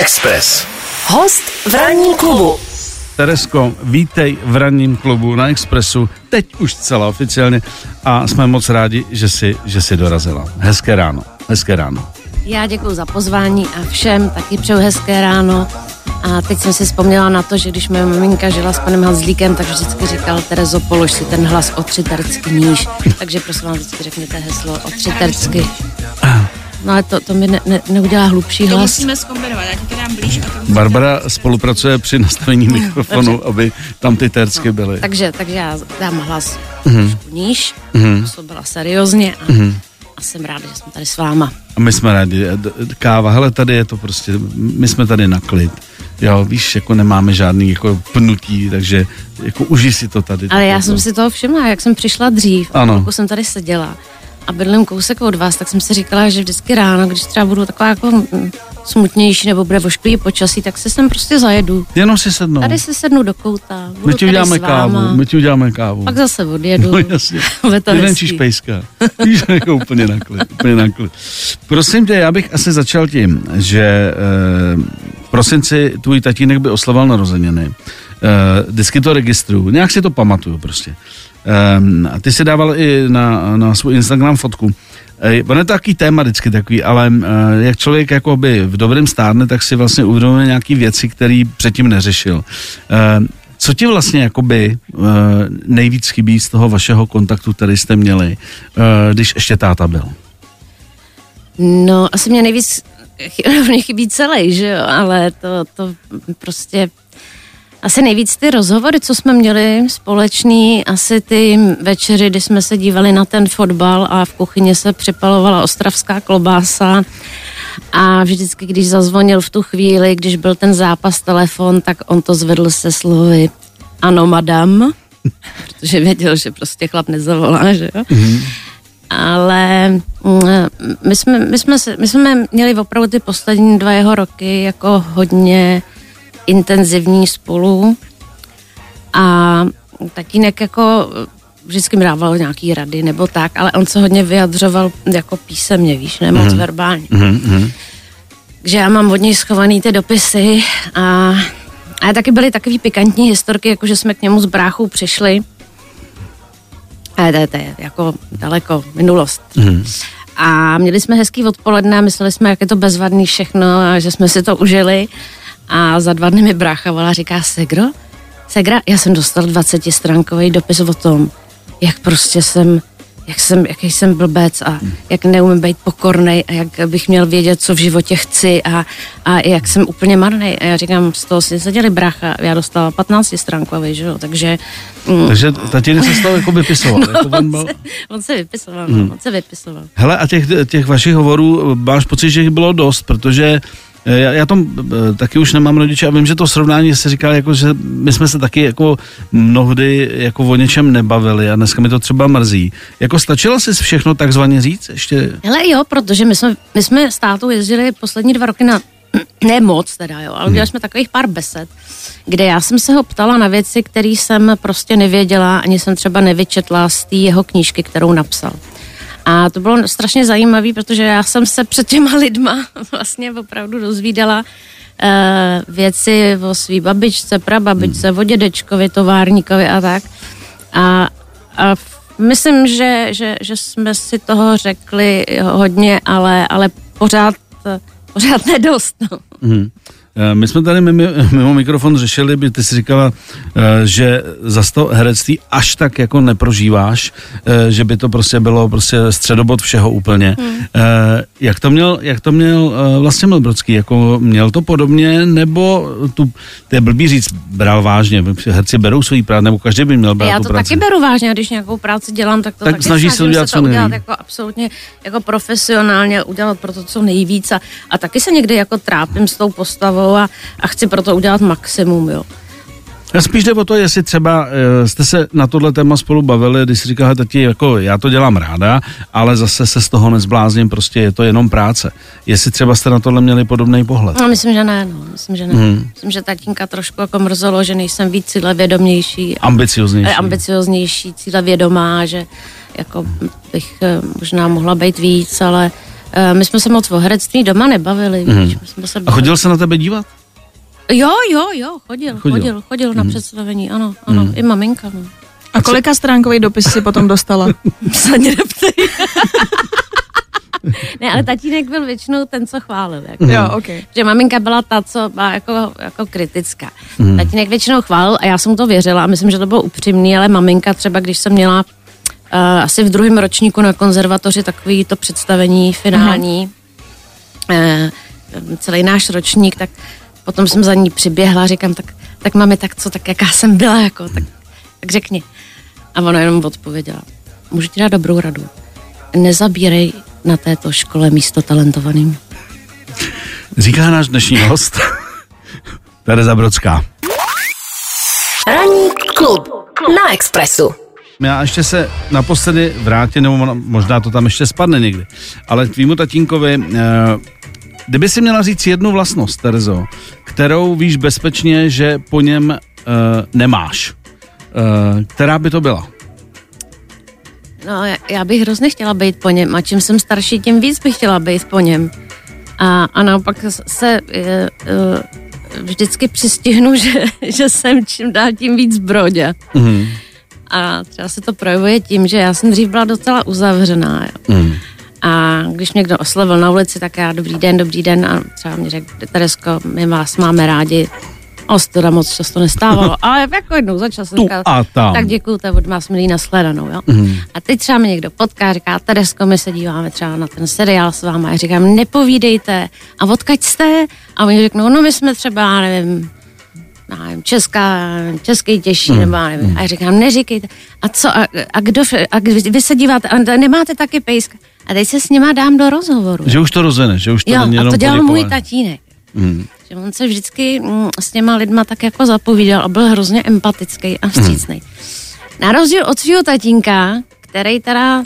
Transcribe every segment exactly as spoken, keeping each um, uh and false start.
Express. Host v ranním klubu. Teresko, vítej v ranním klubu na Expressu, teď už zcela oficiálně a jsme moc rádi, že jsi, že jsi dorazila. Hezké ráno, hezké ráno. Já děkuji za pozvání a všem taky přeju hezké ráno. A teď jsem si vzpomněla na to, že když moje maminka žila s panem Hanzlíkem, tak vždycky říkal: Terezo, polož si ten hlas o tři tercky níž. Takže prosím vás, vždycky řekněte heslo o tři tercky. No ale to, to mi ne, ne, neudělá hlubší hlas. To musíme zkombinovat, já ti to dám blíž. A to Barbara spolupracuje při nastavení mikrofonu, dobře, aby tam ty tercky byly. No, takže, takže já dám hlas mm-hmm. trošku níž, mm-hmm. to byla seriózně a, mm-hmm. a jsem ráda, že jsme tady s váma. A my jsme rádi. Káva, hele, tady je to prostě, my jsme tady na klid. Jo, víš, jako nemáme žádný jako pnutí, takže jako užij si to tady. Ale já to. jsem si toho všimla, jak jsem přišla dřív, ano. Pokud jsem tady seděla a bydlím kousek od vás, tak jsem si říkala, že vždycky ráno, když třeba budu taková jako smutnější nebo bude vošklivý počasí, tak se sem prostě zajedu. Jenom si sednou. Tady si sednu do kouta, budu my ti uděláme tady s váma, kávu, my ti uděláme kávu. pak zase odjedu. No jasně, Nevenčíš pejska. Víš, jako úplně na klid, úplně na klid. Prosím tě, já bych asi začal tím, že eh, v prosinci tvůj tatínek by oslavoval narozeniny. Eh, vždycky to registruju, nějak si to pamatuju prostě. Eh, a ty si dával i na, na svůj Instagram fotku. Eh, on je to takový téma vždycky takový, ale eh, jak člověk jakoby v dobrém stárne, tak si vlastně uvědomuje nějaký věci, které předtím neřešil. Eh, Co ti vlastně jakoby uh, nejvíc chybí z toho vašeho kontaktu, který jste měli, uh, když ještě táta byl? No, asi mě nejvíc mě chybí celý, že jo, ale to, to prostě asi nejvíc ty rozhovory, co jsme měli společný, asi ty večery, kdy jsme se dívali na ten fotbal a v kuchyni se připalovala ostravská klobása. A vždycky, když zazvonil v tu chvíli, když byl ten zápas telefon, tak on to zvedl se slovy ano, madam, protože věděl, že prostě chlap nezavolá, že jo. Mm-hmm. Ale my jsme, my, jsme, my jsme měli opravdu ty poslední dva jeho roky jako hodně intenzivní spolu a tatínek jako vždycky mi dával nějaký rady nebo tak, ale on se hodně vyjadřoval jako písemně, víš, ne moc mm. verbálně. Mm-hmm. Takže já mám od něj schovaný ty dopisy a, a taky byly takový pikantní historky, jako že jsme k němu s bráchou přišli. A to, to je jako daleko minulost. Mm. A měli jsme hezký odpoledne a mysleli jsme, jak je to bezvadný všechno a že jsme si to užili. A za dva dny mi brácha volá, říká: Segro, Segra, já jsem dostal dvacetistránkový dopis o tom, jak prostě jsem, jak jsem, jaký jsem blbec a jak neumím být pokornej a jak bych měl vědět, co v životě chci a, a jak jsem úplně marnej. A já říkám, z toho si seděli brácha, já dostala patnáctistránkový, že jo, takže... Mm, takže tatínek se z toho jako vypisoval. No, jako on, byl... on, se, on se vypisoval, hmm. no, on se vypisoval. Hele, a těch, těch vašich hovorů máš pocit, že jich bylo dost, protože Já, já tom taky už nemám rodiče a vím, že to srovnání se říká, jako, že my jsme se taky jako mnohdy jako o něčem nebavili a dneska mi to třeba mrzí. Jako stačilo si všechno takzvaně říct ještě? Hele jo, protože my jsme, my jsme s tátou jezdili poslední dva roky na, ne moc teda jo, ale udělali jsme takových pár besed, kde já jsem se ho ptala na věci, které jsem prostě nevěděla, ani jsem třeba nevyčetla z té jeho knížky, kterou napsal. A to bylo strašně zajímavé, protože já jsem se před těma lidma vlastně opravdu dozvídala uh, věci o svý babičce, prababičce, o dědečkovi, továrníkovi a tak. A, a myslím, že, že, že jsme si toho řekli hodně, ale, ale pořád, pořád nedost. No. Mm. My jsme tady mimo, mimo mikrofon řešili, by ty jsi říkala, že zas to herectví až tak jako neprožíváš, že by to prostě bylo prostě středobod všeho úplně. Hmm. Jak to měl, jak to měl vlastně Milbrodský? Jako měl to podobně, nebo tu, to je blbý říct, bral vážně, herci berou svůj práci, nebo každý by měl brát Já tu to práci. taky beru vážně, když nějakou práci dělám, tak to tak taky snaží se udělat, se to udělat jako absolutně jako profesionálně, udělat pro to, co nejvíc a, a taky se někdy jako trápím s tou postavou a, a chci pro to udělat maximum, jo. Já spíš jde o to, jestli třeba e, jste se na tohle téma spolu bavili, když jsi říkal, tati, jako já to dělám ráda, ale zase se z toho nezblázním, prostě je to jenom práce. Jestli třeba jste na tohle měli podobný pohled? No, myslím, že ne, no, myslím, že ne. Hmm. Myslím, že tatínka trošku jako mrzelo, že nejsem víc cílevědomější. Ambicioznější. Ambicioznější, cílevědomá, že jako bych možná mohla být víc, ale my jsme se moc o herectví doma nebavili. Mm. Víš, my jsme se A chodil se na tebe dívat? Jo, jo, jo, chodil, chodil, chodil, chodil na mm. představení, ano, ano, mm. i maminka. No. A kolika stránkový dopis si potom dostala? Se ani neptej. Ne, ale tatínek byl většinou ten, co chválil. Jako. Mm. Jo, okay. Že maminka byla ta, co byla jako, jako kritická. Mm. Tatínek většinou chválil a já jsem to věřila a myslím, že to bylo upřímný, ale maminka třeba, když jsem měla uh, asi v druhém ročníku na konzervatoři takový to představení finální, uh, celý náš ročník, tak potom jsem za ní přiběhla a říkám, tak, tak mami, tak co, tak jaká jsem byla, jako, tak, tak řekni. A ona jenom odpověděla, můžu ti dát dobrou radu, nezabírej na této škole místo talentovaným. Říká náš dnešní host, Tereza Brodská. Ranní klub na Expressu. Já ještě se naposledy vrátím, nebo možná to tam ještě spadne někdy, ale k tvýmu tatínkovi, kdyby si měla říct jednu vlastnost, Terezo, kterou víš bezpečně, že po něm uh, nemáš, uh, která by to byla? No, já, já bych hrozně chtěla být po něm a čím jsem starší, tím víc bych chtěla být po něm. A, a naopak se je, uh, vždycky přistihnu, že, že jsem čím dál tím víc brodě. Mm. A třeba se to projevuje tím, že já jsem dřív byla docela uzavřená. Jo. Mm. A když mě někdo oslovil na ulici, tak já dobrý den, dobrý den a třeba mě řekl, Teresko, my vás máme rádi. O, se teda moc často nestávalo, ale jako jednou za čas. Tu a tam. Tak děkuju, to je od vás milý, nashledanou, jo. Mm. A teď třeba mě někdo potká, říká, Teresko, my se díváme třeba na ten seriál s váma. Já říkám, nepovídejte. A odkaď jste? A oni řeknou, no my jsme třeba, nevím, nevím česká, český těžší, mm. nebo nevím. A já říkám, neříkejte. A co, a, a kdo, a vy se díváte, a nemáte taky pejska? A teď se s nima dám do rozhovoru. Že už to rozvene, že už to jo, není jenom a to dělal poděkování. můj tatínek. Mm. Že on se vždycky mm, s těma lidma tak jako zapovídal a byl hrozně empatický a vstřícný. Mm. Na rozdíl od svého tatínka, který teda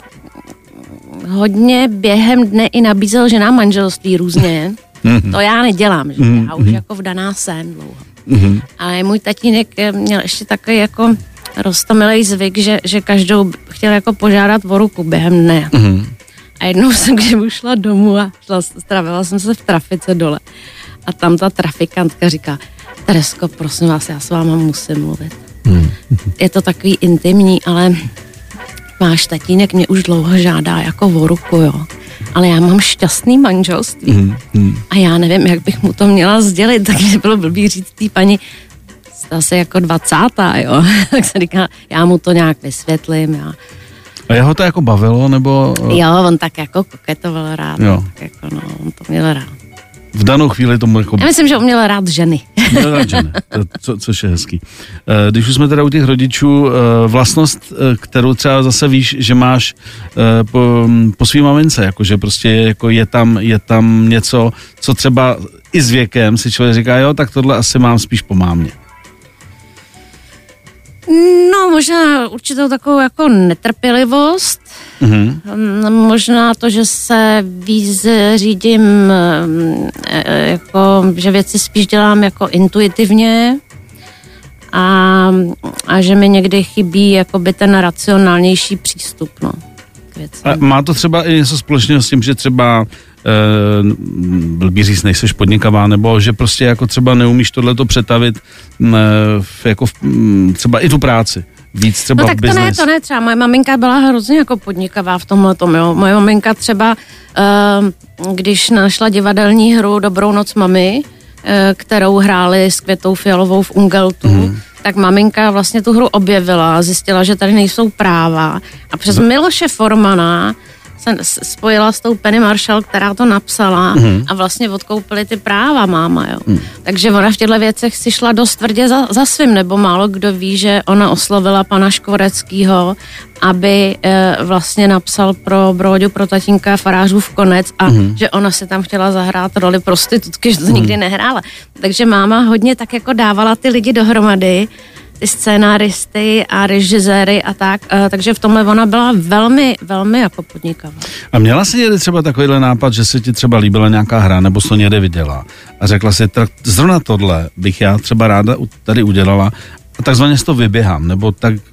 hodně během dne i nabízel ženám manželství různě, mm. to já nedělám, že mm. já už jako vdaná jsem dlouho. Mm. Ale můj tatínek měl ještě takový jako roztomilej zvyk, že, že každou chtěl jako požádat o ruku během dne. Mm. A jednou jsem, když ušla domů a šla, stravila jsem se v trafice dole. A tam ta trafikantka říká, Teresko, prosím vás, já s váma musím mluvit. Hmm. Je to takový intimní, ale váš tatínek mě už dlouho žádá jako o ruku, jo. Ale já mám šťastný manželství. Hmm. Hmm. A já nevím, jak bych mu to měla sdělit, takže bylo blbý říct té paní, jste asi jako dvacátá, jo. Tak se říká, já mu to nějak vysvětlím, jo. A jeho to jako bavilo, nebo? Jo, on tak jako koketoval rád. Jo. Tak jako, no, on to měl rád. V danou chvíli tomu jako... Já myslím, že on měl rád ženy. Měl rád ženy, to, co, což je hezký. Když už jsme teda u těch rodičů, vlastnost, kterou třeba zase víš, že máš po, po svý mamince, jakože prostě jako je tam, je tam něco, co třeba i s věkem si člověk říká, jo, tak tohle asi mám spíš po mámě. No, možná určitou takovou jako netrpělivost. Mm-hmm. Možná to, že se víc řídím, jako, že věci spíš dělám jako intuitivně a, a že mi někdy chybí jakoby ten racionálnější přístup, no, k věcem. A má to třeba i něco společného s tím, že třeba Uh, blbý říct, nejseš podnikavá, nebo že prostě jako třeba neumíš tohleto přetavit uh, v, jako v, um, třeba i tu práci. Víc třeba no tak to ne, to ne, třeba moje maminka byla hrozně jako podnikavá v tomhletom, jo. Moje maminka třeba, uh, když našla divadelní hru Dobrou noc mami, uh, kterou hráli s Květou Fialovou v Ungeltu, mm. tak maminka vlastně tu hru objevila, zjistila, že tady nejsou práva a přes mm. Miloše Formana se spojila s tou Penny Marshall, která to napsala mm. a vlastně odkoupili ty práva máma, jo. Mm. Takže ona v těchto věcech si šla dost tvrdě za, za svým, nebo málo kdo ví, že ona oslovila pana Škvoreckýho, aby e, vlastně napsal pro Bróďu, pro tatínka Farářův konec a mm. že ona si tam chtěla zahrát roli prostitutky, že to mm. nikdy nehrála. Takže máma hodně tak jako dávala ty lidi dohromady, ty scénáristy a režiséry a tak, uh, takže v tomhle ona byla velmi, velmi jako podnikavá. A měla jsi někdy třeba takovýhle nápad, že se ti třeba líbila nějaká hra, nebo jsi to někde viděla a řekla si, tak zrovna tohle bych já třeba ráda tady udělala a takzvaně si to vyběhám, nebo tak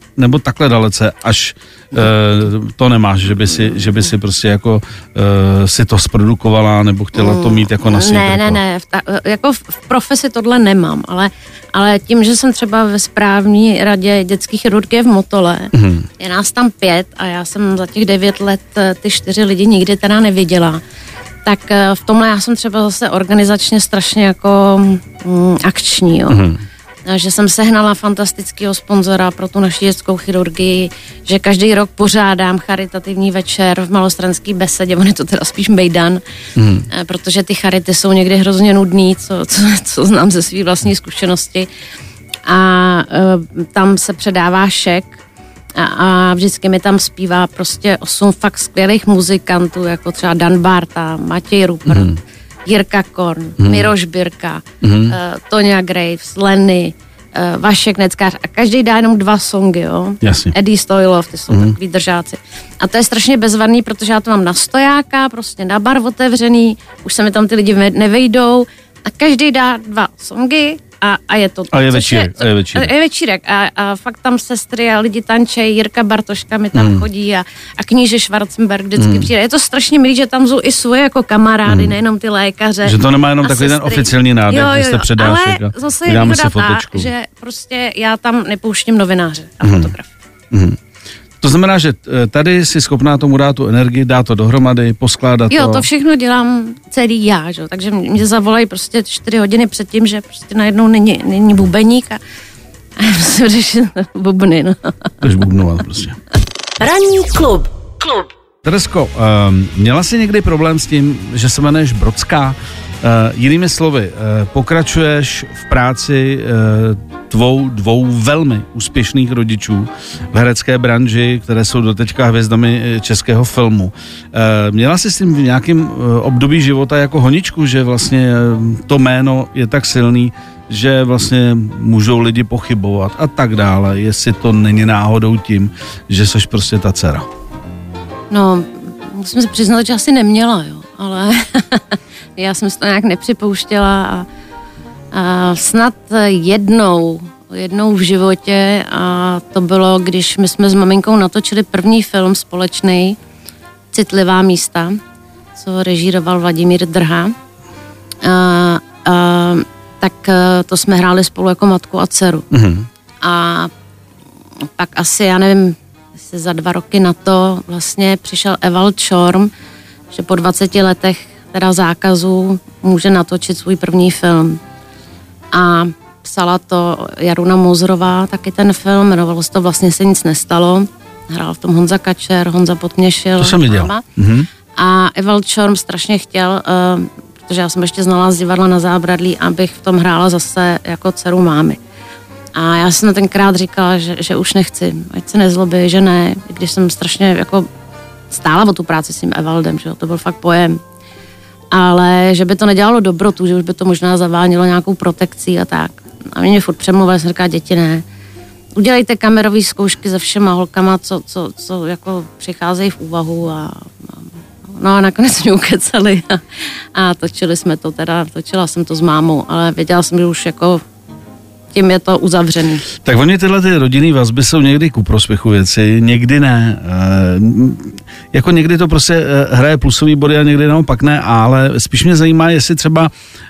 nebo takhle dalece, až uh, to nemáš, že by si, že by si prostě jako uh, si to zprodukovala, nebo chtěla to mít jako na svým Ne, ne, ne, v ta, jako v, v profesi tohle nemám, ale, ale tím, že jsem třeba ve správní radě dětské chirurgie v Motole, mm. je nás tam pět a já jsem za těch devět let ty čtyři lidi nikdy teda neviděla, tak v tomhle já jsem třeba zase organizačně strašně jako mm, akční, jo. Mm. Že jsem sehnala fantastického sponzora pro tu naši dětskou chirurgii, že každý rok pořádám charitativní večer v Malostranské besedě, on je to teda spíš mejdan, mm. protože ty charity jsou někdy hrozně nudný, co, co, co znám ze své vlastní zkušenosti. A e, tam se předává šek a, a vždycky mi tam zpívá prostě osm fakt skvělých muzikantů, jako třeba Dan Barta, Matěj Rupert, mm. Jirka Korn, mm. Miroš Birka, mm. uh, Tonia Graves, Lenny, uh, Vašek Neckář a každý dá jenom dva songy, jo. Jasně. Eddie Stojlov, ty jsou mm. takový držáci. A to je strašně bezvadný, protože já to mám na stojáka, prostě na bar otevřený, už se mi tam ty lidi nevejdou a každý dá dva songy a, a je to... A je večírek. A je večírek. A je večírek. A, a fakt tam sestry a lidi tančejí, Jirka Bartoška mi tam mm. chodí a, a kníže Schwarzenberg vždycky mm. přijde. Je to strašně milý, že tam jsou i svoje jako kamarády, mm. nejenom ty lékaře. Že to nemá jenom takový sestry. Ten oficiální nádech, že jste předášek. Ale zase je výhoda ta, že prostě já tam nepouštím novináře a mm. fotografy. Mm. To znamená, že tady si schopná tomu dát tu energii, dát to dohromady, poskládat jo, to. Jo, to všechno dělám celý já, že? Takže mě zavolají prostě čtyři hodiny předtím, že prostě najednou není, není bubeník a, a já musím řešit bubny, no. Jdeš bubnovat prostě. Ranní klub. Klub. Teresko, um, měla jsi někdy problém s tím, že se jmenuješ Brodská? Uh, jinými slovy, uh, pokračuješ v práci uh, tvou dvou velmi úspěšných rodičů v herecké branži, které jsou doteďka hvězdami českého filmu. Uh, měla jsi s tím v nějakém uh, období života jako honičku, že vlastně uh, to jméno je tak silný, že vlastně můžou lidi pochybovat a tak dále, jestli to není náhodou tím, že jsi prostě ta dcera? No, musím se přiznat, že asi neměla, jo, ale já jsem si to nějak nepřipouštěla a, a snad jednou, jednou v životě a to bylo, když my jsme s maminkou natočili první film společný Citlivá místa, co režíroval Vladimír Drha. A, a, tak to jsme hráli spolu jako matku a dceru. Mm-hmm. A pak asi, já nevím, za dva roky na to vlastně přišel Ewald Schorm, že po dvaceti letech teda zákazu může natočit svůj první film. A psala to Jaruna Mozrová, taky ten film, jmenovalo se to Vlastně se nic nestalo. Hrál v tom Honza Kačer, Honza Potměšil. To jsem viděl. Mm-hmm. A Ewald Schorm strašně chtěl, uh, protože já jsem ještě znala z divadla Na zábradlí, abych v tom hrála zase jako dceru mámy. A já jsem tenkrát říkala, že, že už nechci, ať se nezlobí, že ne, když jsem strašně jako stála o tu práci s tím Ewaldem, že jo, to byl fakt pojem. Ale že by to nedělalo dobrotu, že už by to možná zavánilo nějakou protekcí a tak. A mě furt přemluvili, jsem říkala, děti ne. Udělejte kamerové zkoušky se všema holkama, co, co, co jako přicházejí v úvahu a, a no a nakonec mě ukecali a, a točili jsme to teda, točila jsem to s mámou, ale věděla jsem, že už jako tím je to uzavřený. Tak oni tyhle ty rodinný vazby jsou někdy ku prospěchu věci, někdy ne. E, jako někdy to prostě hraje plusový body a někdy naopak ne, ale spíš mě zajímá, jestli třeba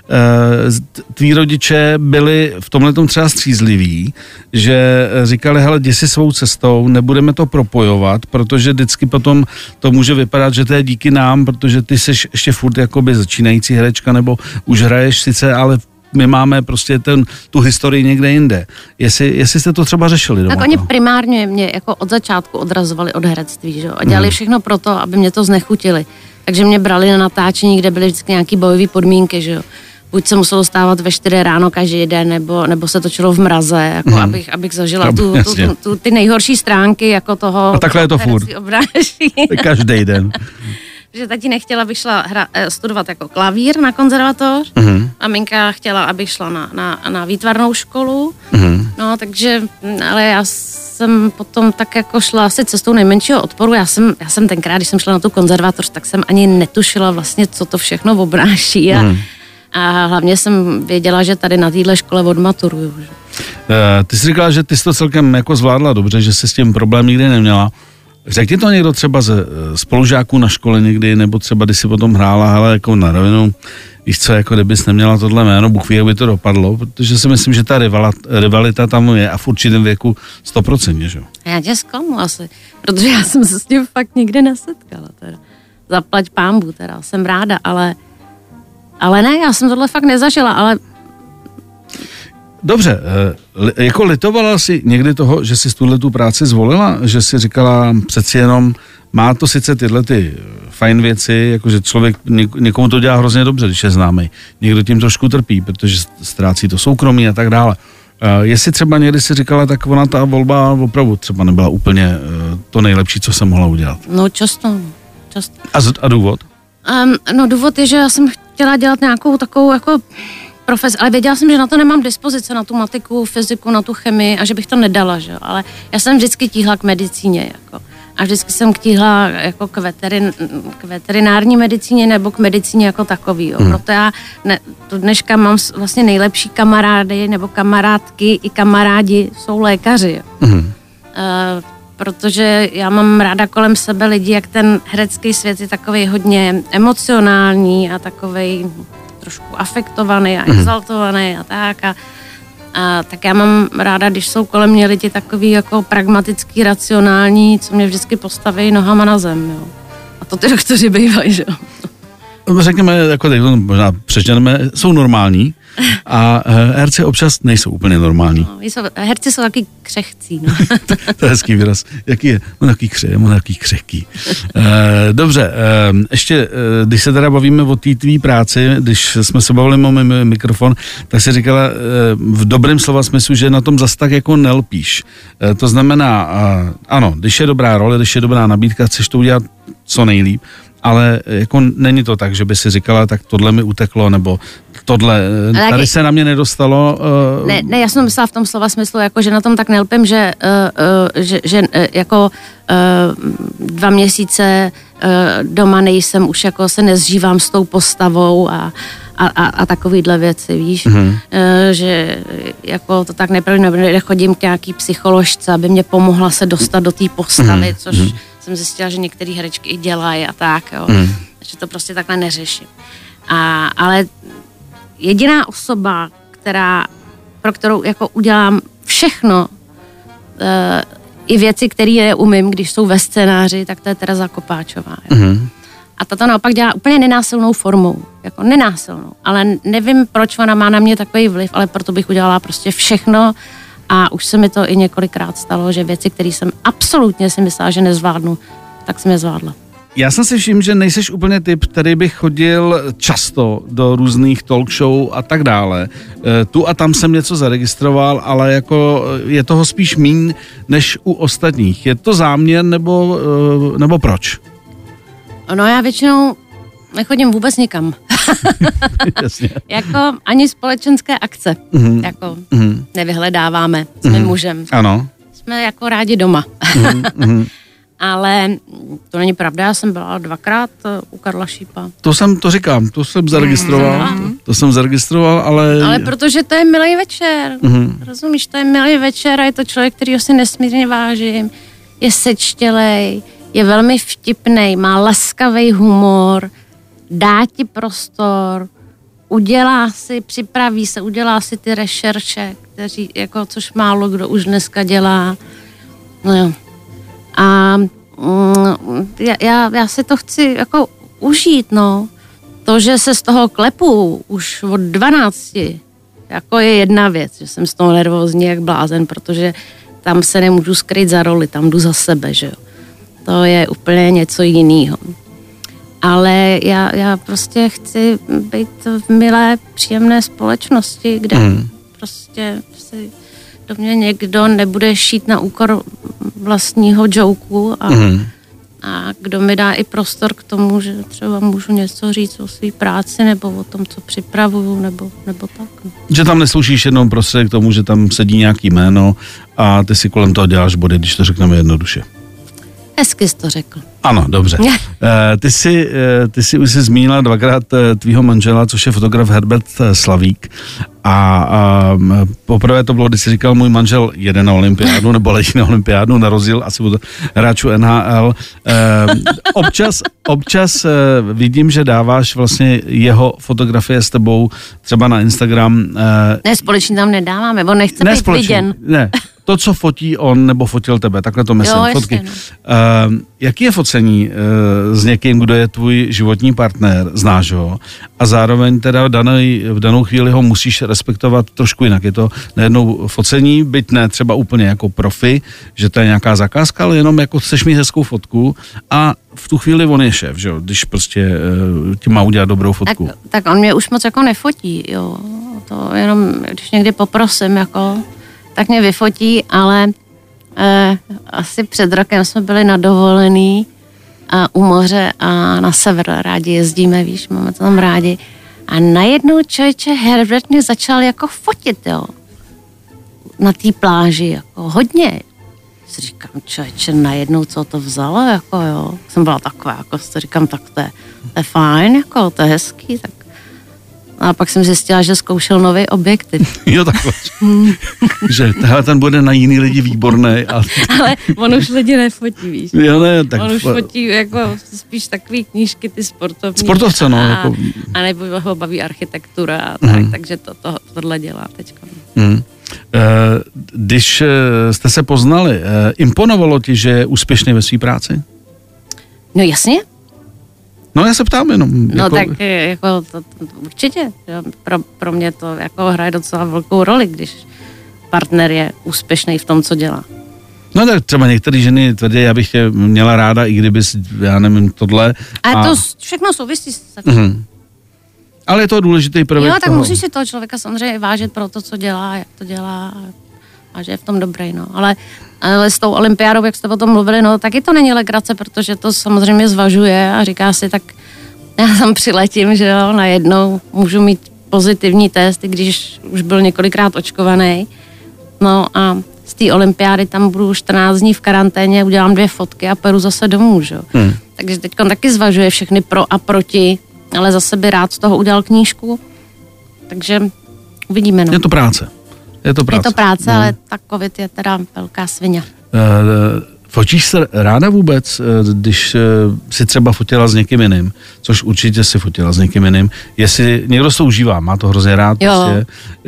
e, tví rodiče byli v tomhletom třeba střízliví, že říkali, hele, jdi si svou cestou, nebudeme to propojovat, protože vždycky potom to může vypadat, že to je díky nám, protože ty jsi ještě furt jakoby začínající herečka, nebo už hraješ sice, ale my máme prostě ten, tu historii někde jinde. Jestli, jestli jste to třeba řešili doma. Tak oni primárně mě jako od začátku odrazovali od herectví, že jo? A dělali hmm. všechno pro to, aby mě to znechutili. Takže mě brali na natáčení, kde byly vždycky nějaký bojové podmínky, že jo? Buď se muselo stávat ve čtyři ráno každý den, nebo, nebo se točilo v mraze, jako hmm. abych, abych zažila tu, tu, tu, tu, ty nejhorší stránky jako toho. A takhle je to furt. Každý den. Že tati nechtěla, abych šla hra, studovat jako klavír na konzervatoř. Uh-huh. Maminka chtěla, abych šla na, na, na výtvarnou školu. Uh-huh. No, takže, ale já jsem potom tak jako šla asi cestou nejmenšího odporu. Já jsem, já jsem tenkrát, když jsem šla na tu konzervatoř, tak jsem ani netušila vlastně, co to všechno obnáší. A, uh-huh. a hlavně jsem věděla, že tady na téhle škole odmaturuju. Ty jsi říkala, že ty jsi to celkem jako zvládla dobře, že jsi s tím problém nikdy neměla. Řekni to někdo třeba ze spolužáků na škole někdy, nebo třeba když jsi potom hrála, hele, jako na rovinu, víš co, jako kdybys neměla tohle jméno, Bůh ví, jak by to dopadlo, protože si myslím, že ta rivalita, rivalita tam je a v určitém věku sto procent, že jo? Já tě zklamu asi, protože já jsem se s tím fakt nikdy nesetkala, teda. Zaplať pánbu, teda, jsem ráda, ale, ale ne, já jsem tohle fakt nezažila, ale... Dobře, jako litovala jsi někdy toho, že jsi tuhle tu práci zvolila, že jsi říkala přeci jenom, má to sice tyhle ty fajn věci, jakože člověk, někomu to dělá hrozně dobře, když je známý, někdo tím trošku trpí, protože ztrácí to soukromí a tak dále. Jestli třeba někdy si říkala, tak ona ta volba opravdu třeba nebyla úplně to nejlepší, co jsem mohla udělat. No často, často. A, z, a důvod? Um, no důvod je, že já jsem chtěla dělat nějakou takovou jako profesi, ale věděla jsem, že na to nemám dispozice, na tu matiku, fyziku, na tu chemii a že bych to nedala, že jo, ale já jsem vždycky tíhla k medicíně, jako. A vždycky jsem tíhla jako k, veterin, k veterinární medicíně nebo k medicíně jako takový, jo. Hmm. Proto já ne, to dneška mám vlastně nejlepší kamarády nebo kamarádky i kamarádi jsou lékaři, jo. Hmm. Uh, protože já mám ráda kolem sebe lidi, jak ten herecký svět je takovej hodně emocionální a takovej trošku afektovaný a exaltovaný a tak a, a tak já mám ráda, když jsou kolem mě lidi takový jako pragmatický, racionální, co mě vždycky postaví nohama na zem, jo. A to ty doktoři bývají, že jo. Řekněme, jako teď možná přečteneme, jsou normální a herci občas nejsou úplně normální. No, jsou, herci jsou taky křehcí, no. to, to je hezký výraz. Jaký je? On jaký kře, on jaký křehký. E, dobře, e, ještě, e, když se teda bavíme o té tvý práci, když jsme se bavili o mimo mikrofon, tak si říkala e, v dobrém slova smyslu, že na tom zas tak jako nelpíš. E, to znamená, a, ano, když je dobrá role, když je dobrá nabídka, chceš to udělat co nejlíp, ale jako není to tak, že by si říkala, tak tohle mi uteklo, nebo tohle, ale tady se na mě nedostalo. Uh... Ne, ne, já jsem myslela v tom slova smyslu, jako, že na tom tak nelpím, že, uh, uh, že, že uh, jako uh, dva měsíce uh, doma nejsem, už jako se nezžívám s tou postavou a, a, a, a takovýhle věci, víš, mm-hmm. uh, že jako to tak nepravdu, nechodím k nějaký psycholožce, aby mě pomohla se dostat do té postavy, mm-hmm. což mm-hmm. jsem zjistila, že některé herečky i dělají a tak, jo. Mm. Takže to prostě takhle neřeším. A, ale jediná osoba, která, pro kterou jako udělám všechno, e, i věci, které neumím, když jsou ve scénáři, tak to je Tereza Kopáčová. Mm. A ta to naopak dělá úplně nenásilnou formou, jako nenásilnou, ale nevím, proč ona má na mě takový vliv, ale proto bych udělala prostě všechno. A už se mi to i několikrát stalo, že věci, které jsem absolutně si myslela, že nezvládnu, tak jsem je zvládla. Já jsem si všiml, že nejseš úplně typ, který bych chodil často do různých talk show a tak dále. E, tu a tam jsem něco zaregistroval, ale jako je toho spíš míň než u ostatních. Je to záměr nebo, e, nebo proč? No já většinou nechodím vůbec nikam. Jasně. Jako ani společenské akce. Mm-hmm. Jako mm-hmm. nevyhledáváme s mým mm-hmm. mužem. Ano. Jsme jako rádi doma. Mm-hmm. Ale to není pravda, já jsem byla dvakrát u Karla Šípa. To jsem, to říkám, to jsem zaregistroval. Mm-hmm. To jsem zaregistroval, ale... Ale protože to je milý večer. Mm-hmm. Rozumíš, to je milý večer a je to člověk, kterýho si nesmírně vážím. Je sečtělej, je velmi vtipnej, má laskavý humor, dá ti prostor, udělá si, připraví se, udělá si ty rešerše, kteří, jako, což málo kdo už dneska dělá. No jo. A mm, já, já si to chci jako užít, no. To, že se z toho klepu už od dvanácti, jako je jedna věc, že jsem z toho nervózní jak blázen, protože tam se nemůžu skryt za roli, tam jdu za sebe, že jo. To je úplně něco jiného. Ale já, já prostě chci být v milé, příjemné společnosti, kde mm. prostě si do mě někdo nebude šít na úkor vlastního joku a, mm. a kdo mi dá i prostor k tomu, že třeba můžu něco říct o své práci nebo o tom, co připravuju, nebo, nebo tak. Že tam nesloužíš jenom prostředek k tomu, že tam sedí nějaký jméno a ty si kolem toho děláš body, když to řekneme jednoduše. Hezky jsi to řekl. Ano, dobře. Uh, ty jsi, uh, ty jsi už jsi zmínila dvakrát uh, tvýho manžela, což je fotograf Herbert uh, Slavík. A um, poprvé to bylo, když jsi říkal, můj manžel jede na olympiádu, nebo letí na olympiádu, na rozdíl asi od hráčů N H L. Uh, občas občas uh, vidím, že dáváš vlastně jeho fotografie s tebou třeba na Instagram. Uh, ne, společně tam nedáváme, on nechce ne být společně, viděn. Ne, to, co fotí on, nebo fotil tebe, takhle to myslím, jo, fotky. Ještě, no. Uh, jaký je focení uh, s někým, kdo je tvůj životní partner, znáš ho, a zároveň teda v, danej, v danou chvíli ho musíš respektovat trošku jinak. Je to nejednou focení, byť ne třeba úplně jako profi, že to je nějaká zakázka, ale jenom jako chceš mít hezkou fotku a v tu chvíli on je šéf, že jo, když prostě uh, ti má udělat dobrou fotku. Tak, tak on mě už moc jako nefotí, jo. To jenom, když někdy poprosím, jako, tak mě vyfotí, ale eh, asi před rokem jsme byli na dovolený a u moře a na sever rádi jezdíme, víš, máme to tam rádi. A najednou člověče Herbert mě začal jako fotit, jo. Na té pláži, jako hodně. Si říkám, člověče, najednou co to vzalo, jako jo. Jsem byla taková, jako si říkám, tak to je, to je fajn, jako, to je hezký, tak. A pak jsem zjistila, že zkoušel nový objektiv. Jo, takhle. Že tahle ten bude na jiný lidi výborný. A... Ale on už lidi nefotí, víš. Jo, ne, tak... On už fotí jako spíš takový knížky, ty sportovní. Sportovce, no. A, jako... a nebo ho baví architektura a tak, mm. takže to, to, tohle dělá teďka. Mm. Když jste se poznali, imponovalo ti, že je úspěšný ve své práci? No jasně. No já se ptám jenom. No jako... tak jako to, to, určitě. Pro, pro mě to jako hraje docela velkou roli, když partner je úspěšný v tom, co dělá. No tak třeba některé ženy tvrdí, já bych tě měla ráda, i kdyby, já nevím, tohle. A, a... to všechno souvisí s mm-hmm. Ale je to důležitý prvek. Jo, tak toho. musíš si toho člověka samozřejmě vážit pro to, co dělá, jak to dělá a že je v tom dobrý, no. Ale, ale s tou olympiádou, jak jste o tom mluvili, no taky to není legrace, protože to samozřejmě zvažuje a říká si, tak já tam přiletím, že jo, najednou můžu mít pozitivní test, i když už byl několikrát očkovaný. No a z té olympiády tam budu čtrnáct dní v karanténě, udělám dvě fotky a peru zase domů, že jo. Hmm. Takže teď taky zvažuje všechny pro a proti, ale zase by rád z toho udělal knížku. Takže uvidíme, no. Je to práce. Je to práce. Je to práce, no. Ale ta covid je teda velká svině. Uh, fotíš se ráda vůbec, když si třeba fotila s někým jiným, což určitě si fotila s někým jiným, jestli někdo se to užívá, má to hrozně rád. Jo. Prostě.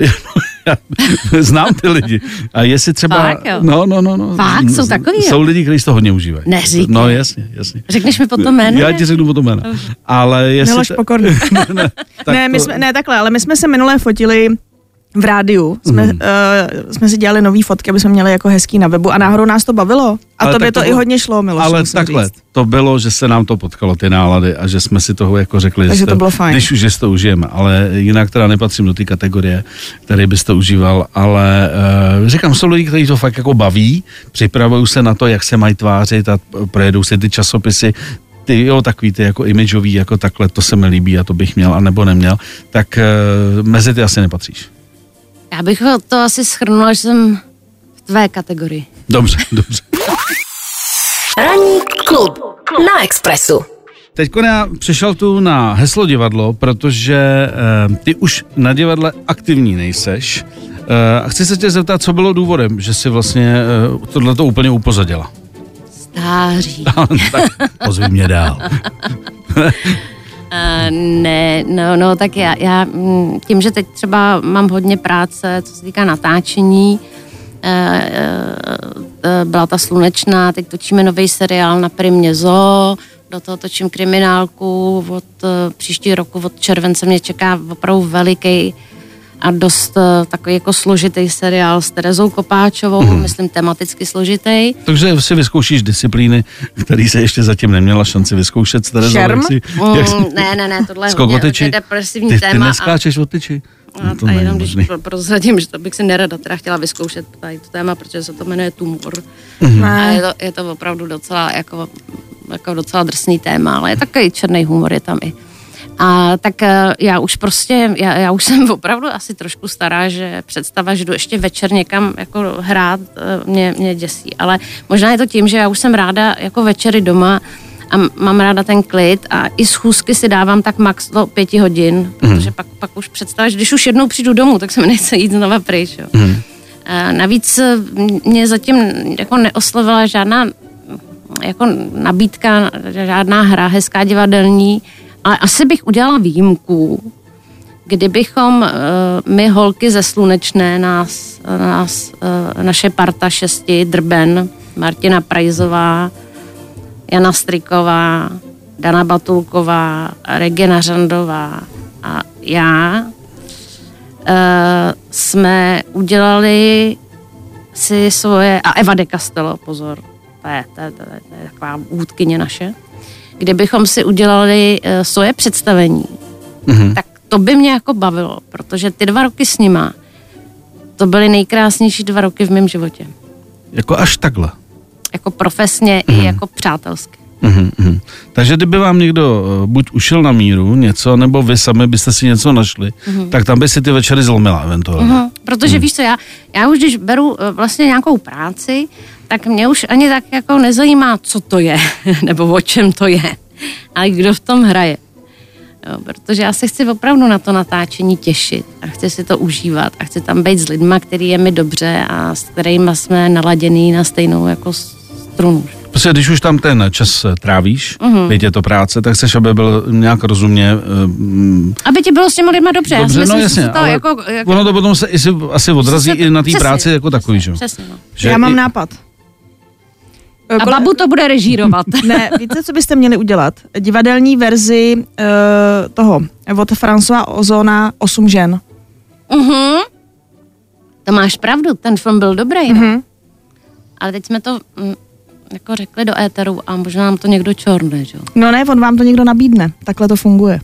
Já znám ty lidi. A jestli třeba... Fakt, jo. No, no, no. no. Fakt, jsou takový, Jsou lidi, kteří si to hodně užívají. Neříkej. No, jasně, jasně. Řekneš mi potom jméno? Já ti řeknu potom jméno. Ale jestli... Miloš Pokorný. ne, ne, ne, my to... jsme, ne, takhle, ale my jsme se minule fotili v rádiu. Jsme, mm. uh, jsme si dělali nový fotky, aby jsme měli jako hezký na webu a náhodou nás to bavilo. A ale tobě to, to bylo, i hodně šlo, Miloš. Ale takhle, říct. To bylo, že se nám to potkalo, ty nálady, a že jsme si toho jako řekli, takže že to bylo fajn. Když už že to užijeme, ale jinak teda nepatřím do té kategorie, který bys to užíval, ale uh, říkám, jsou lidi, kteří to fakt jako baví, připravují se na to, jak se mají tvářit a projedou si ty časopisy, ty jo, takový ty jako imageový, jako takhle, to se mi líbí a to bych měl a nebo neměl, tak uh, mezi ty asi nepatříš. Já bych to asi shrnula, že jsem v tvé kategorii. Dobře, dobře. Ranní klub na Expressu. Teďko já přišel tu na heslo divadlo, protože uh, ty už na divadle aktivní nejseš. Uh, a chci se tě zeptat, co bylo důvodem, že jsi vlastně uh, tohleto úplně upozadila. Stáří. Tak pozvi mě dál. Uh, ne, no, no, tak já, já tím, že teď třeba mám hodně práce, co se týká natáčení, uh, uh, byla ta Slunečná, teď točíme nový seriál na Primě Zoo, do toho točím kriminálku, od uh, příští roku, od července mě čeká opravdu veliký a dost uh, takový jako složitý seriál s Terezou Kopáčovou, mm. myslím tematicky složitý. Takže si vyzkoušíš disciplíny, který se ještě zatím neměla šanci vyzkoušet s Terezou. Šerm? Jak si, jak si, mm, ne, ne, ne, tohle je hodně, hodně depresivní ty, téma. Ty neskáčeš o tyči? A, no, a jenom když pro, prozradím, že to bych si nerada teda chtěla vyzkoušet tady to téma, protože se to jmenuje tumor. Mm. A je to, je to opravdu docela jako, jako docela drsný téma, ale je takový černý humor, je tam i. A tak já už prostě, já, já už jsem opravdu asi trošku stará, že představa, že jdu ještě večer někam jako hrát, mě, mě děsí. Ale možná je to tím, že já už jsem ráda jako večery doma a mám ráda ten klid a i schůzky si dávám tak max do pěti hodin, protože mm. pak, pak už představa, že když už jednou přijdu domů, tak se mi nechce jít znova pryč. Jo. Mm. A navíc mě zatím jako neoslovila žádná jako nabídka, žádná hra, hezká divadelní, ale asi bych udělala výjimku, kdybychom uh, my holky ze Slunečné, nás, nás uh, naše parta šesti, Drben, Martina Prajzová, Jana Striková, Dana Batulková, Regina Řandová a já uh, jsme udělali si svoje, a Eva de Castello, pozor, to je, to je, to je, to je taková vůdkyně naše, kdybychom si udělali uh, svoje představení, mm-hmm. tak to by mě jako bavilo, protože ty dva roky s nima, to byly nejkrásnější dva roky v mém životě. Jako až takhle? Jako profesně mm-hmm. i jako přátelsky. Mm-hmm. Takže kdyby vám někdo buď ušel na míru něco, nebo vy sami byste si něco našli, mm-hmm. tak tam by si ty večery zlomila eventuálně. Mm-hmm. Protože mm. víš co, já, já už když beru vlastně nějakou práci, tak mě už ani tak jako nezajímá, co to je, nebo o čem to je, ale kdo v tom hraje. Jo, protože já se chci opravdu na to natáčení těšit a chci si to užívat a chci tam být s lidma, který je mi dobře a s kterými jsme naladěný na stejnou jako strunu. Prostě když už tam ten čas trávíš, uh-huh. byť je to práce, tak chceš, aby byl nějak rozumně... Um, aby ti bylo s těma lidma dobře. Dobře, myslím, no jasně, to ale jako, jako, ono to potom se asi, asi odrazí i na té práci jako takový, že? Přesně, no. Že já mám i... nápad. A Babu to bude režírovat. Ne, víte, co byste měli udělat? Divadelní verzi uh, toho, od Françoise Ozona Osm žen. Uh-huh. To máš pravdu, ten film byl dobrý, uh-huh. no? Ale teď jsme to m, jako řekli do éteru a možná nám to někdo čorne, že jo? No ne, on vám to někdo nabídne, takhle to funguje.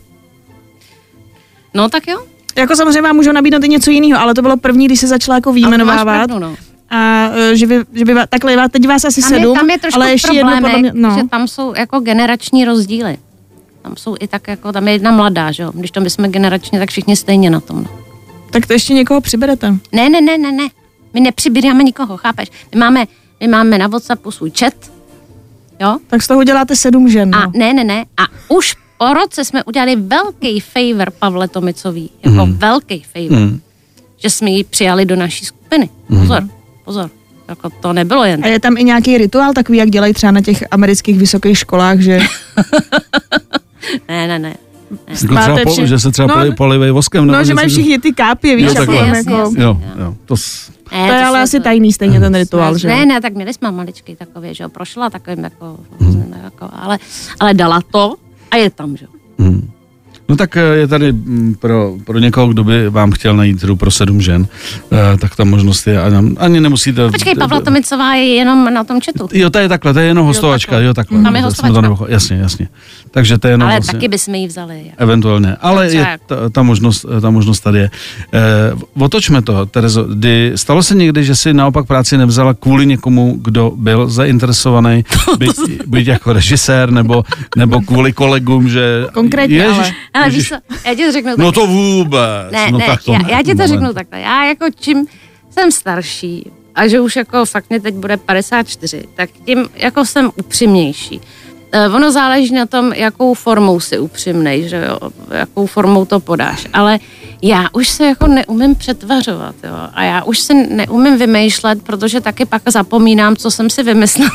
No tak jo. Jako samozřejmě vám můžou nabídnout i něco jiného, ale to bylo první, když se začala jako výjmenovávat. Pravdu, no. A že by, že by takhle, teď vás asi tam sedm, je, tam je ale ještě problémek, jedno podle mě, no. že tam jsou jako generační rozdíly. Tam jsou i tak jako, tam je jedna mladá, že jo? Když tam jsme generačně, tak všichni stejně na tom, no. Tak to ještě někoho přiberete. Ne, ne, ne, ne, ne. My nepřibíráme nikoho, chápeš? My máme, my máme na WhatsAppu svůj chat, jo? Tak z toho děláte sedm žen, no. A ne, ne, ne. A už po roce jsme udělali velký favor Pavle Tomicový, jako mm. velký favor, mm. že jsme ji přijali do naší skupiny. Pozor, mm. pozor. Jako to nebylo jen. A je tam i nějaký rituál takový, jak dělají třeba na těch amerických vysokých školách, že... ne, ne, ne. Třeba po, vši... že se třeba no, polivej voskem. No, že mají všichni ty kápy, víš, jo, jako, jasně, jako... Jasně, jo, jo, to, s... ne, to je to ale asi to... tajný stejně ten rituál, ne, že Ne, ne, tak měli jsme maličký takový, že jo, prošla takovým jako, hmm. jako ale, ale dala to a je tam, že jo. Hmm. No tak je tady pro, pro někoho, kdo by vám chtěl najít hru pro sedm žen, tak ta možnost je, ani nemusíte... Počkej, Pavla Tomicová je jenom na tom chatu. Jo, to je takhle, to je jenom hostovačka, jo, takhle. Tam je hostovačka. Nevo, jasně, jasně. Takže to je jenom ale vlastně, taky bychom ji vzali. Jako. Eventuálně, ale je, ta, ta, možnost, ta možnost tady je. E, otočme to, Terezo, kdy stalo se někdy, že si naopak práci nevzala kvůli někomu, kdo byl zainteresovaný, byť, byť jako režisér, nebo, nebo kvůli kolegům, že... Konkrétně, ježiš, ale... Ale víš co, já ti to řeknu No to vůbec. Ne, no ne, tak to já, já ti to řeknu takhle. Já jako čím jsem starší a že už jako fakt mě teď bude padesát čtyři, tak tím jako jsem upřímnější. Uh, ono záleží na tom, jakou formou si upřímnej, že jo, jakou formou to podáš. Ale já už se jako neumím přetvařovat, jo. A já už si neumím vymýšlet, protože taky pak zapomínám, co jsem si vymyslela.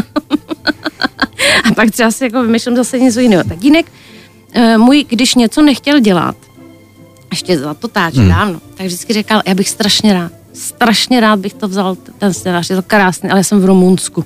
A pak třeba si jako vymýšlím zase něco jiného. Tak jinak můj, když něco nechtěl dělat, ještě za to táč hmm. dávno, tak vždycky říkal, já bych strašně rád, strašně rád bych to vzal, ten scénář, je to krásný, ale já jsem v Rumunsku.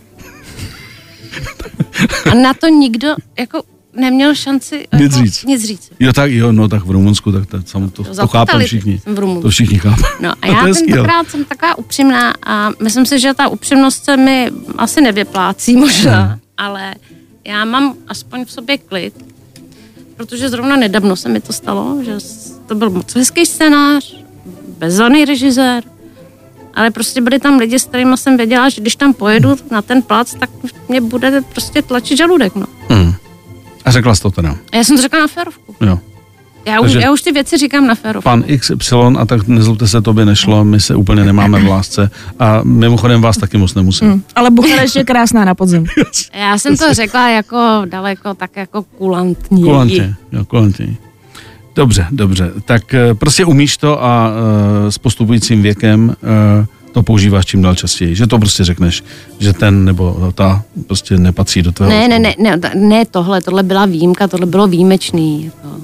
A na to nikdo jako neměl šanci nic jako, říct. Nic říct. Jo, tak jo, no tak v Rumunsku, tak to, to, to, to chápem všichni. To všichni chápem. No a já tentokrát jsem taková upřímná a myslím si, že ta upřímnost se mi asi nevyplácí možná, hmm. ale já mám aspoň v sobě klid, protože zrovna nedávno se mi to stalo, že to byl moc hezký scénář, bezvadný režisér, ale prostě byli tam lidi, s kterými jsem věděla, že když tam pojedu na ten plac, tak mě bude prostě tlačit žaludek, no. Hmm. A řekla jsi to teda? A já jsem to řekla na férovku. Jo. Já už, já už ty věci říkám na férovku. Pan iks ypsilon, a tak nezlobte se, tobě nešlo, my se úplně nemáme v lásce a mimochodem vás taky moc nemusím. Mm, ale Bucharešť je krásná na podzim. Já jsem to řekla jako daleko, tak jako kulantně. Kulantně, jo, kulantně. Dobře, dobře, tak prostě umíš to a uh, s postupujícím věkem uh, to používáš čím dál častěji, že to prostě řekneš, že ten nebo ta prostě nepatří do tvého. Ne, ne, ne, ne, ne tohle, tohle byla výjimka, tohle bylo výjimečný. Jako.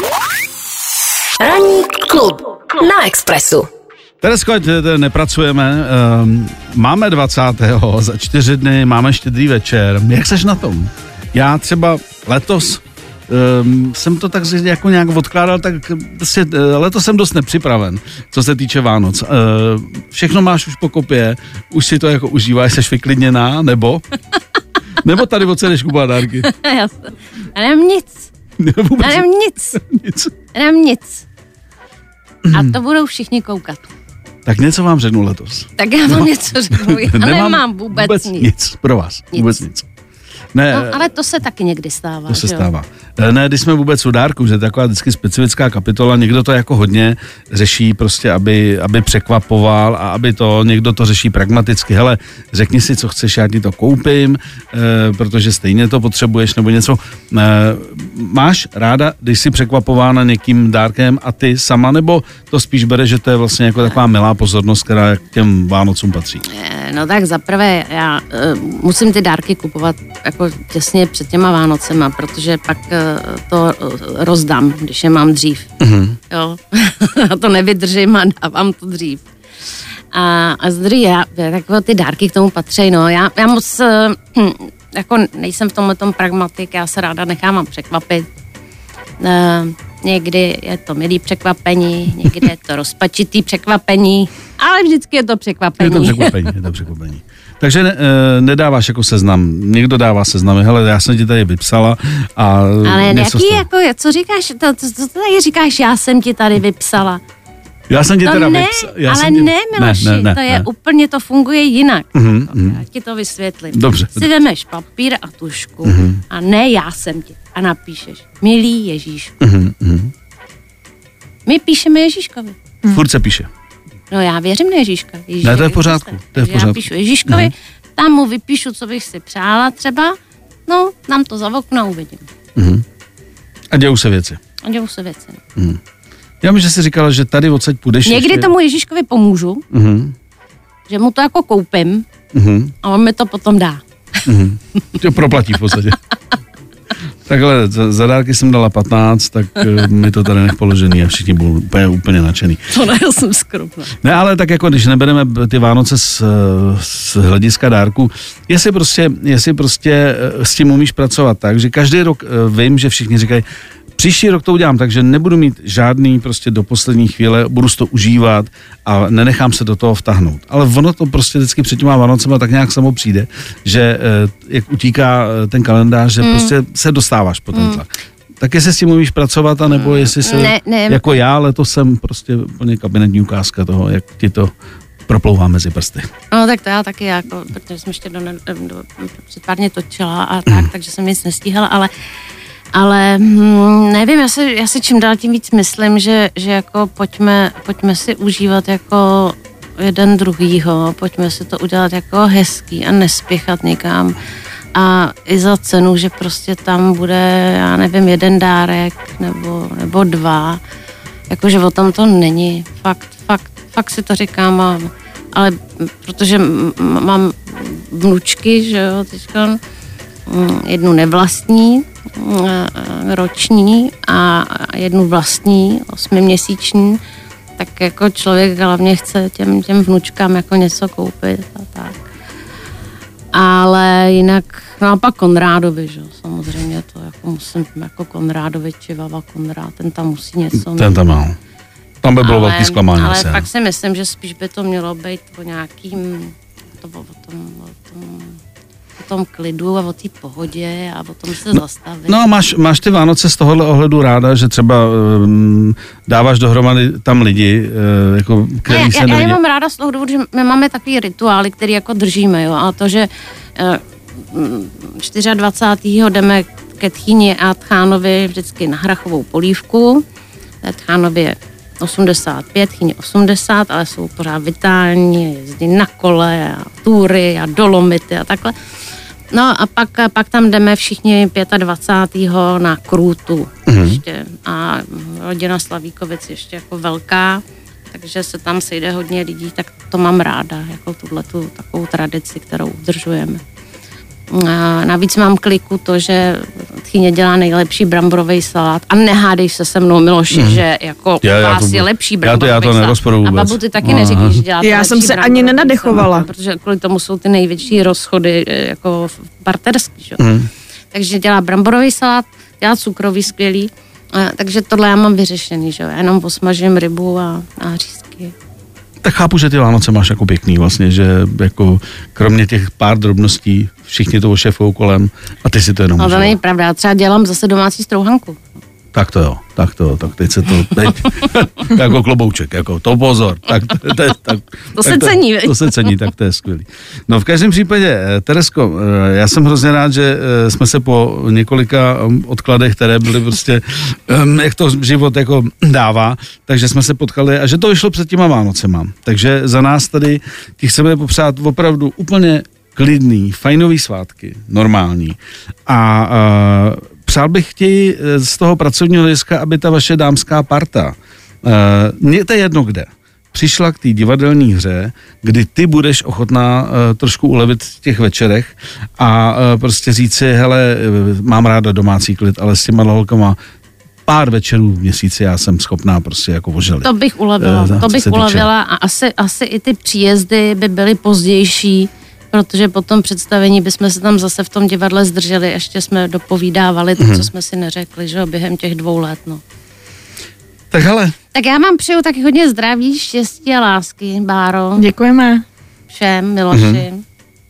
Ranní klub na Expressu. Teresko, ať nepracujeme, máme dvacátého za čtyři dny, máme štědrý večer. Jak seš na tom? Já třeba letos um, jsem to tak jako nějak odkládal, tak prostě letos jsem dost nepřipraven, co se týče Vánoc. Uh, všechno máš už po kopě, už si to jako užíváš, seš vyklidněná, nebo? Nebo tady odsedeš kupovat dárky? Já nemám nic. Já nemám nic. nic. Já nemám nic. A to budou všichni koukat. Tak něco vám řeknu letos. Tak já vám no. něco řeknu. Já nemám, nemám vůbec, vůbec nic. nic. Pro vás. Nic. Vůbec nic. Ne, no, ale to se taky někdy stává. To se že stává. Ne, když jsme vůbec u dárku, že to je taková vždycky specifická kapitola, někdo to jako hodně řeší prostě, aby, aby překvapoval a aby to, někdo to řeší pragmaticky. Hele, řekni si, co chceš, já ti to koupím, e, protože stejně to potřebuješ nebo něco. E, máš ráda, když jsi překvapována někým dárkem a ty sama, nebo to spíš bere, že to je vlastně jako taková milá pozornost, která k těm Vánocům patří? No tak zaprvé, já uh, musím ty dárky kupovat jako těsně před těma Vánocema, protože pak uh, to uh, rozdám, když je mám dřív. Mm-hmm. Jo, já to nevydržím a dávám to dřív. A, a zdrý, já, takové ty dárky k tomu patří, no, já, já moc, uh, hm, jako nejsem v tomhletom pragmatik, já se ráda nechám překvapit. Uh, někdy je to milý překvapení, někdy je to rozpačitý překvapení, ale vždycky je to překvapení. Je to překvapení, je to překvapení. Takže ne, e, nedáváš jako seznam, někdo dává seznamy, hele, já jsem ti tady vypsala a... Ale jaký, jako, co říkáš, to, to, to tady říkáš, já jsem ti tady vypsala. Já jsem ti to teda ne, vypsala. Já ale jsem ti... ne, Miloši, ne, ne, ne, to je ne. úplně, to funguje jinak. Mm-hmm, mm. Já ti to vysvětlím. Dobře. Si vemeš papír a tušku mm-hmm. a ne, já jsem ti. A napíšeš, milý Ježíšku. Mm-hmm. My píšeme Ježíškovi. Mm. Furt se píše. No já věřím na Ježíška. Ježíš, ne, to je v pořádku. To je v pořádku. Já píšu Ježíškovi, mm. tam mu vypíšu, co bych si přála třeba, no, dám to za okno a uvidím. Mm. A dějou se věci. A dějou se věci. Mm. Já myslím, že jsi říkala, že tady odsaď půjdeš. Někdy ještě... tomu Ježíškovi pomůžu, mm. že mu to jako koupím mm. a on mi to potom dá. Mm. To proplatí v podstatě. Takhle, za, za dárky jsem dala patnáct, tak mi to tady nech položený a všichni budou úplně, úplně nadšený. To ne, já jsem skromná. Ne, ale tak jako, když nebereme ty Vánoce z, z hlediska dárku, jestli prostě, jestli prostě s tím umíš pracovat tak, že každý rok vím, že všichni říkají, příští rok to udělám, takže nebudu mít žádný prostě do poslední chvíle, budu si to užívat a nenechám se do toho vtahnout. Ale ono to prostě vždycky před těma Vánocema tak nějak samo přijde, že jak utíká ten kalendář, že mm. prostě se dostáváš po ten tlak. Mm. Tak jestli s tím umíš pracovat, anebo jestli se, ne, ne. jako já, letos jsem prostě úplně kabinetní ukázka toho, jak ti to proplouvá mezi prsty. No tak to já taky, jako, protože jsem ještě do, do, před pár dně točila a tak, mm. takže jsem nic nestíhala, ale Ale hm, nevím, já si, já si čím dál tím víc myslím, že, že jako pojďme, pojďme si užívat jako jeden druhýho, pojďme si to udělat jako hezký a nespěchat nikam. A i za cenu, že prostě tam bude, já nevím, jeden dárek nebo, nebo dva. Jakože o tom to není. Fakt, fakt, fakt si to říkám, a, ale protože m- mám vnučky, že jo, teďka jednu nevlastní, roční a jednu vlastní, osmiměsíční, tak jako člověk hlavně chce těm, těm vnučkám jako něco koupit a tak. Ale jinak, no a pak Konrádovi, že samozřejmě to jako musím, jako Konrádovi, Čivava Konrád, ten tam musí něco mít. Ten tam má. Tam by bylo ale, velký zklamání. Ale se. pak si myslím, že spíš by to mělo být o nějakým, to, o tom, o tom o tom klidu a o té pohodě a o tom se no, zastavit. No máš, máš ty Vánoce z tohohle ohledu ráda, že třeba um, dáváš dohromady tam lidi, uh, jako, který já, se já, nevidí. Já mám ráda z toho důvodu, že my máme takový rituály, který jako držíme, jo, a to, že uh, dvacátého čtvrtého jdeme ke tchýni a tchánovi vždycky na hrachovou polívku Tchánově osmdesát pět, Chyně osmdesát, ale jsou pořád vitální, jezdí na kole a túry a dolomity a takhle. No a pak, pak tam jdeme všichni dvacátého pátého na Krůtu mm-hmm. ještě a rodina Slavíkovic ještě jako velká, takže se tam sejde hodně lidí, tak to mám ráda, jako tuhletu takovou tradici, kterou udržujeme. A navíc mám kliku to, že Chyně dělá nejlepší bramborový salát a nehádej se se mnou, Miloši, mm. že jako já, u já vás to, je lepší bramborový já to, já to nerozporu vůbec. A babu, ty taky neříkíš, že děláte Já jsem se ani nenadechovala. Salát, protože kvůli tomu jsou ty největší rozchody jako partnerský, že? Mm. Takže dělá bramborový salát, dělá cukrový skvělý, a, takže tohle já mám vyřešený, že jo, jenom posmažím rybu a, a řízky. Tak chápu, že ty Vánoce máš jako pěkný vlastně, že jako kromě těch pár drobností všichni to ošefujou kolem a ty si to jenom No to není pravda, já třeba dělám zase domácí strouhanku. Tak to jo, tak to jo, tak teď se to, teď, jako klobouček, jako to pozor, tak to, to, tak, to se tak cení, to, to se cení, tak to je skvělý. No v každém případě, Teresko, já jsem hrozně rád, že jsme se po několika odkladech, které byly prostě, jak to život jako dává, takže jsme se potkali a že to vyšlo před těma Vánocema. Takže za nás tady ti chceme popřát opravdu úplně klidný, fajnový svátky, normální. A uh, přál bych ti z toho pracovního hlediska, aby ta vaše dámská parta, uh, mně to je jedno kde, přišla k té divadelní hře, kdy ty budeš ochotná uh, trošku ulevit v těch večerech a uh, prostě říct si, hele, mám ráda domácí klid, ale s těma holkama pár večerů v měsíci já jsem schopná prostě jako oželit. To bych ulevila, uh, to bych ulevila a asi, asi i ty příjezdy by byly pozdější, protože po tom představení bychom se tam zase v tom divadle zdrželi, ještě jsme dopovídávali to, mm. co jsme si neřekli, že jo, během těch dvou let, no. Tak hele. Tak já vám přeju taky hodně zdraví, štěstí a lásky, Báro. Děkujeme. Všem, Miloši. Mm.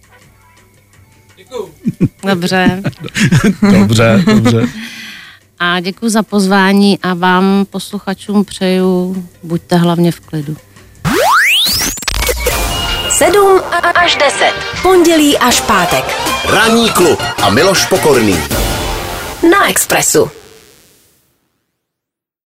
Děkuju. Dobře. dobře, dobře. A děkuji za pozvání a vám, posluchačům, přeju, buďte hlavně v klidu. sedm až deset. Pondělí až pátek. Ranní klub a Miloš Pokorný. Na Expressu.